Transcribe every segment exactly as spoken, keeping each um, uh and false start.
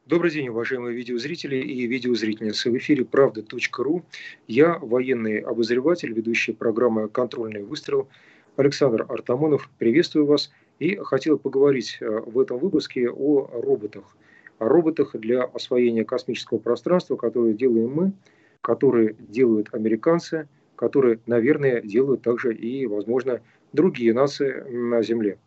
Добрый день, уважаемые видеозрители и видеозрительницы. В эфире правда точка ру. Я военный обозреватель, ведущий программы «Контрольный выстрел» Александр Артамонов. Приветствую вас и хотел поговорить э, в этом выпуске о роботах. О роботах для освоения космического пространства, которые делаем мы, которые делают американцы, которые, наверное, делают также и, возможно, другие нации на Земле.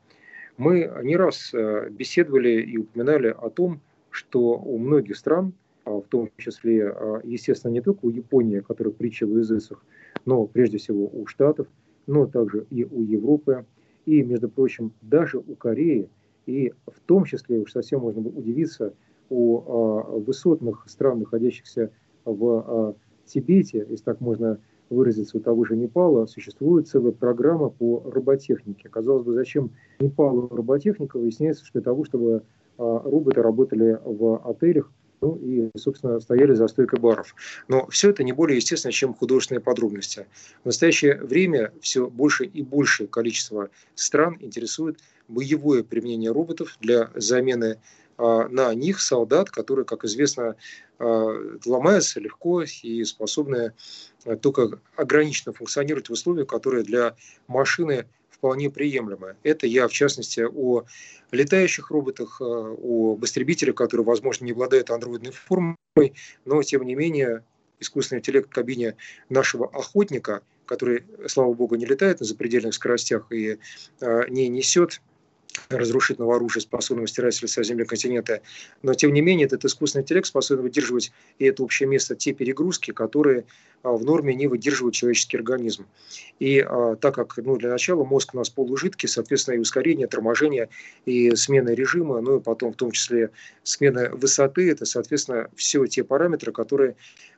Мы не раз э, беседовали и упоминали о том, что у многих стран, а в том числе, а, естественно, не только у Японии, которая притча в языцах, но прежде всего у Штатов, но также и у Европы, и, между прочим, даже у Кореи, и в том числе, уж совсем можно было удивиться, у а, высотных стран, находящихся в а, Тибете, если так можно выразиться, у того же Непала, существует целая программа по роботехнике. Казалось бы, зачем Непалу роботехника? Выясняется, что для того, чтобы а, роботы работали в отелях, ну и, собственно, стояли за стойкой баров. Но все это не более естественно, чем художественные подробности. В настоящее время все больше и большее количество стран интересует боевое применение роботов для замены а, на них солдат, которые, как известно, а, ломаются легко и способны а, только ограниченно функционировать в условиях, которые для машины вполне приемлемы. Это я, в частности, о летающих роботах, о истребителях, которые, возможно, не обладают андроидной формой, но, тем не менее, искусственный интеллект в кабине нашего охотника, который, слава богу, не летает на запредельных скоростях и не несет разрушительного оружия, способного стирать с лица земли континента. Но, тем не менее, этот искусственный интеллект способен выдерживать, и это общее место, те перегрузки, которые а, в норме не выдерживает человеческий организм. И а, так как, ну, для начала мозг у нас полужидкий, соответственно, и ускорение, торможение, и смена режима, ну и потом в том числе смена высоты, это, соответственно, все те параметры, которые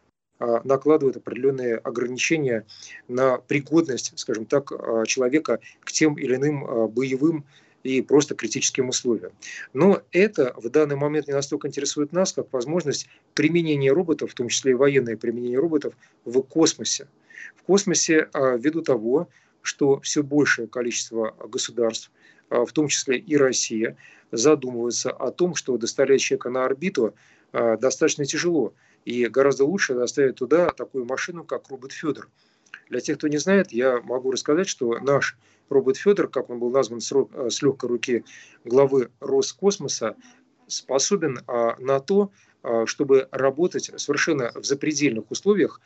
а, накладывают определенные ограничения на пригодность, скажем так, а, человека к тем или иным а, боевым и просто критическим условиям. Но это в данный момент не настолько интересует нас, как возможность применения роботов, в том числе и военное применение роботов, в космосе. В космосе а, ввиду того, что все большее количество государств, а, в том числе и Россия, задумываются о том, что доставлять человека на орбиту а, достаточно тяжело. И гораздо лучше доставить туда такую машину, как робот Федор. Для тех, кто не знает, я могу рассказать, что наш робот Федор, как он был назван с легкой руки главы Роскосмоса, способен на то, чтобы работать совершенно в запредельных условиях,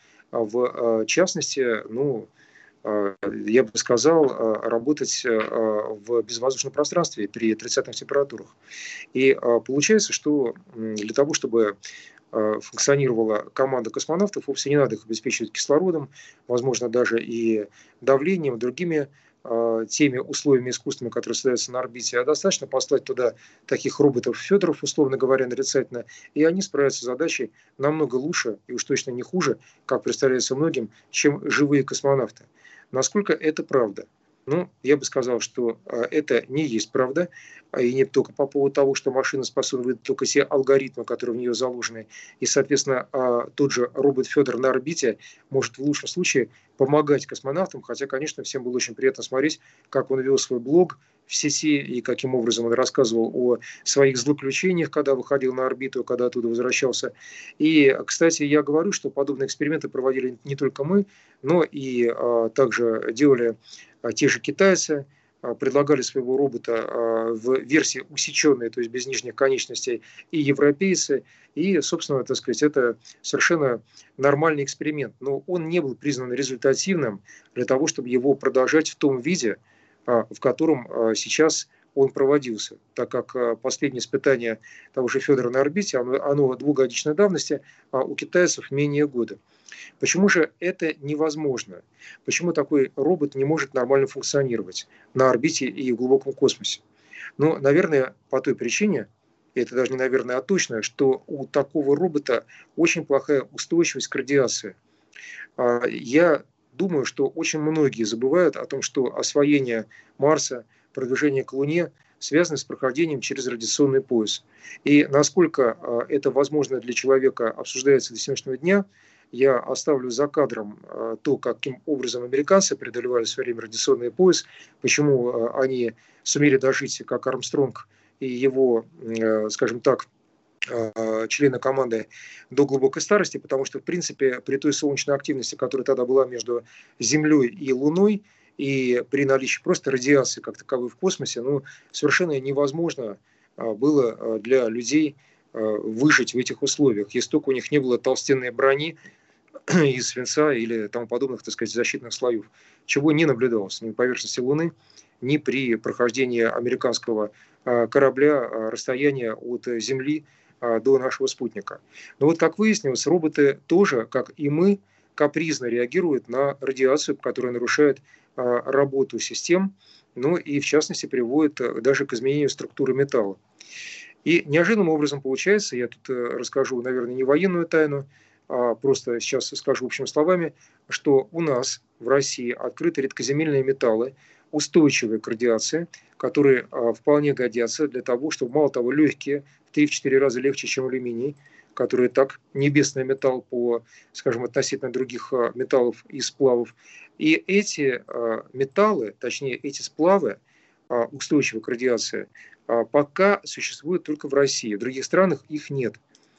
в частности, ну, я бы сказал, работать в безвоздушном пространстве при отрицательных температурах. И получается, что для того, чтобы функционировала команда космонавтов, вовсе не надо их обеспечивать кислородом, возможно, даже и давлением, другими теми условиями искусственными, которые создаются на орбите, а достаточно послать туда таких роботов Федоров, условно говоря, нарицательно, и они справятся с задачей намного лучше, и уж точно не хуже, как представляется многим, чем живые космонавты. Насколько это правда? Ну, я бы сказал, что это не есть правда, и не только по поводу того, что машина способна выдать только те алгоритмы, которые в нее заложены, и, соответственно, тот же робот Федор на орбите может в лучшем случае помогать космонавтам, хотя, конечно, всем было очень приятно смотреть, как он вел свой блог в сети и каким образом он рассказывал о своих злоключениях, когда выходил на орбиту, когда оттуда возвращался. И, кстати, я говорю, что подобные эксперименты проводили не только мы, но и а, также делали а, те же китайцы, а, предлагали своего робота а, в версии усеченной, то есть без нижних конечностей, и европейцы. И, собственно, так сказать, это совершенно нормальный эксперимент. Но он не был признан результативным для того, чтобы его продолжать в том виде, а, в котором а, сейчас он проводился, так как а, последнее испытание того же Федора на орбите, оно, оно двухгодичной давности, а у китайцев менее года. Почему же это невозможно? Почему такой робот не может нормально функционировать на орбите и в глубоком космосе? Ну, наверное, по той причине, и это даже не наверное, а точно, что у такого робота очень плохая устойчивость к радиации. Я думаю, что очень многие забывают о том, что освоение Марса, продвижение к Луне связано с прохождением через радиационный пояс. И насколько это возможно для человека обсуждается до сегодняшнего дня, я оставлю за кадром то, каким образом американцы преодолевали в свое время радиационный пояс, почему они сумели дожить, как Армстронг и его, скажем так, члены команды до глубокой старости, потому что, в принципе, при той солнечной активности, которая тогда была между Землей и Луной, и при наличии просто радиации как таковой в космосе, ну, совершенно невозможно было для людей выжить в этих условиях, если только у них не было толстенной брони из свинца или тому подобных, так сказать, защитных слоев, чего не наблюдалось ни на поверхности Луны, ни при прохождении американского корабля расстояние от Земли до нашего спутника. Но вот, как выяснилось, роботы тоже, как и мы, капризно реагируют на радиацию, которая нарушает работу систем, ну и, в частности, приводит даже к изменению структуры металла. И неожиданным образом получается, я тут расскажу, наверное, не военную тайну, а просто сейчас скажу общими словами, что у нас в России открыты редкоземельные металлы, устойчивые к радиации, которые вполне годятся для того, чтобы, мало того, легкие, в три-четыре раза легче, чем алюминий, который так небесный металл по, скажем, относительно других металлов и сплавов. И эти металлы, точнее эти сплавы, устойчивы к радиации, пока существуют только в России. В других странах их нет.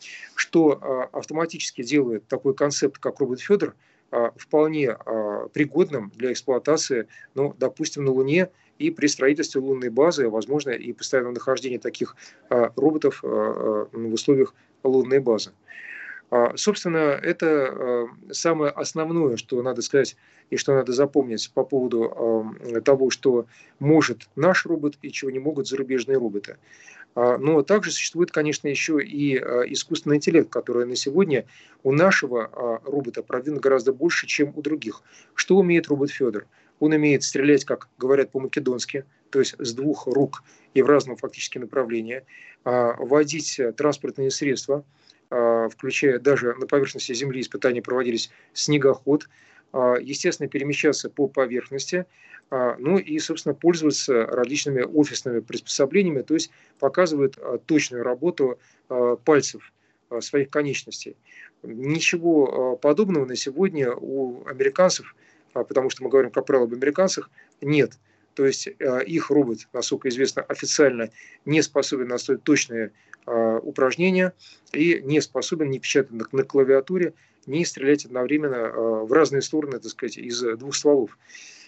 Что автоматически делает такой концепт, как робот Федор, вполне пригодным для эксплуатации, ну, допустим, на Луне и при строительстве лунной базы, возможно, и постоянном нахождении таких роботов в условиях лунной базы. Собственно, это самое основное, что надо сказать и что надо запомнить по поводу того, что может наш робот и чего не могут зарубежные роботы. Но также существует, конечно, еще и искусственный интеллект, который на сегодня у нашего робота продвинут гораздо больше, чем у других. Что умеет робот Федор? Он умеет стрелять, как говорят по-македонски, то есть с двух рук и в разном фактически направлении, водить транспортные средства, включая даже на поверхности Земли испытания проводились снегоход, естественно, перемещаться по поверхности, ну и, собственно, пользоваться различными офисными приспособлениями, то есть показывает точную работу пальцев своих конечностей. Ничего подобного на сегодня у американцев, потому что мы говорим, как правило, об американцах, нет. То есть их робот, насколько известно, официально не способен на столь точные упражнения и не способен не печатать на клавиатуре, не стрелять одновременно в разные стороны, так сказать, из двух стволов.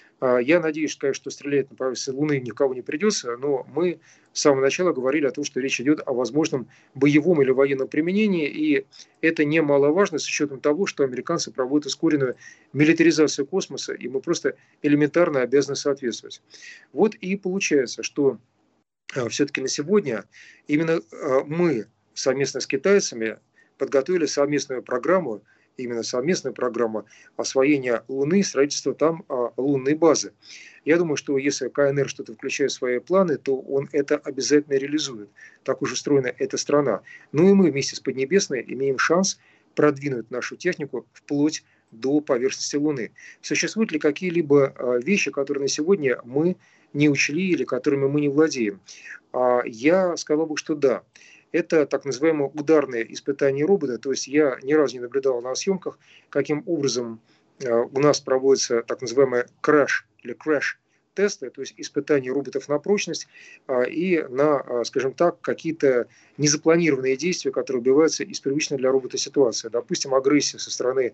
Я надеюсь, конечно, что стрелять на поверхности Луны никого не придется, но мы с самого начала говорили о том, что речь идет о возможном боевом или военном применении, и это немаловажно с учетом того, что американцы проводят ускоренную милитаризацию космоса, и мы просто элементарно обязаны соответствовать. Вот и получается, что все-таки на сегодня именно мы совместно с китайцами подготовили совместную программу, именно совместная программа освоения Луны, строительства там а, лунной базы. Я думаю, что если КНР что-то включает в свои планы, то он это обязательно реализует. Так уж устроена эта страна. Ну и мы вместе с Поднебесной имеем шанс продвинуть нашу технику вплоть до поверхности Луны. Существуют ли какие-либо а, вещи, которые на сегодня мы не учли или которыми мы не владеем? А, я сказал бы, что да. Это так называемое ударное испытание робота. То есть я ни разу не наблюдал на съемках, каким образом у нас проводится так называемое краш или крэш тесты, то есть испытания роботов на прочность и на, скажем так, какие-то незапланированные действия, которые убиваются из привычной для робота ситуации. Допустим, агрессия со стороны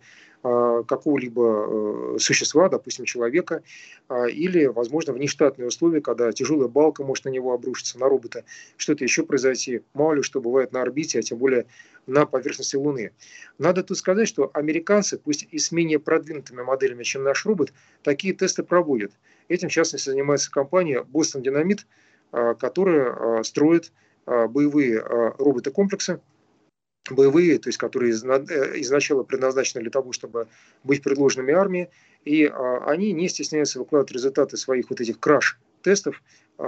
какого-либо существа, допустим, человека, или, возможно, внештатные условия, когда тяжелая балка может на него обрушиться, на робота, что-то еще произойти. Мало ли что бывает на орбите, а тем более на поверхности Луны. Надо тут сказать, что американцы, пусть и с менее продвинутыми моделями, чем наш робот, такие тесты проводят. Этим, в частности, занимается компания Boston Dynamics, которая строит боевые роботы-комплексы, боевые, то есть которые изначально предназначены для того, чтобы быть предложенными армии, и они не стесняются выкладывать результаты своих вот этих краш-тестов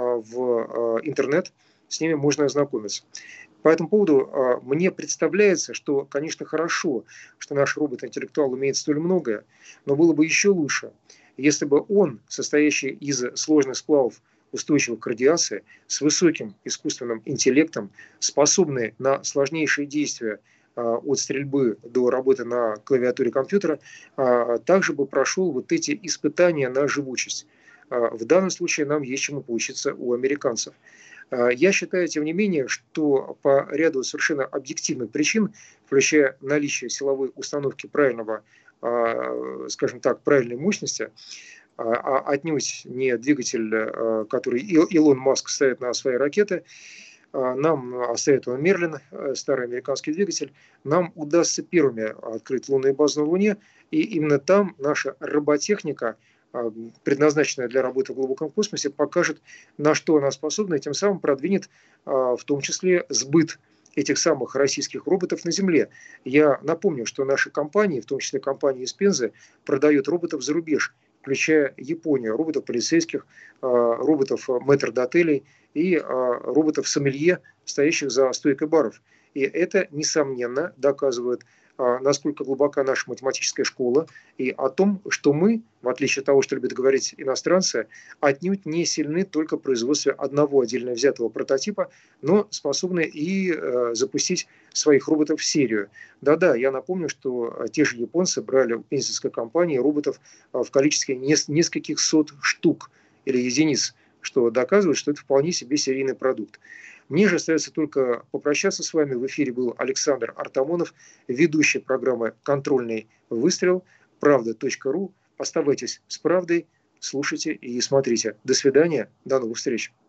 в интернет, с ними можно ознакомиться. По этому поводу мне представляется, что, конечно, хорошо, что наш робот-интеллектуал умеет столь многое, но было бы еще лучше, если бы он, состоящий из сложных сплавов, устойчивых к радиации, с высоким искусственным интеллектом, способный на сложнейшие действия от стрельбы до работы на клавиатуре компьютера, также бы прошел вот эти испытания на живучесть. В данном случае нам есть чему поучиться у американцев. Я считаю, тем не менее, что по ряду совершенно объективных причин, включая наличие силовой установки правильного, скажем так, правильной мощности, а отнюдь не двигатель, который Илон Маск ставит на свои ракеты, нам, ставит он Мерлин, старый американский двигатель, нам удастся первыми открыть лунные базы на Луне, и именно там наша роботехника, предназначенная для работы в глубоком космосе, покажет, на что она способна, и тем самым продвинет в том числе сбыт этих самых российских роботов на Земле. Я напомню, что наши компании, в том числе компания из Пензы, продают роботов за рубеж, включая Японию, роботов полицейских, роботов метрдотелей и роботов сомелье, стоящих за стойкой баров. И это, несомненно, доказывает, насколько глубока наша математическая школа, и о том, что мы, в отличие от того, что любят говорить иностранцы, отнюдь не сильны только в производстве одного отдельно взятого прототипа, но способны и запустить своих роботов в серию. Да-да, я напомню, что те же японцы брали у пензенской компании роботов в количестве нескольких сот штук или единиц, что доказывает, что это вполне себе серийный продукт. Мне же остается только попрощаться с вами. В эфире был Александр Артамонов, ведущий программы «Контрольный выстрел», правда точка ру. Оставайтесь с правдой, слушайте и смотрите. До свидания, до новых встреч.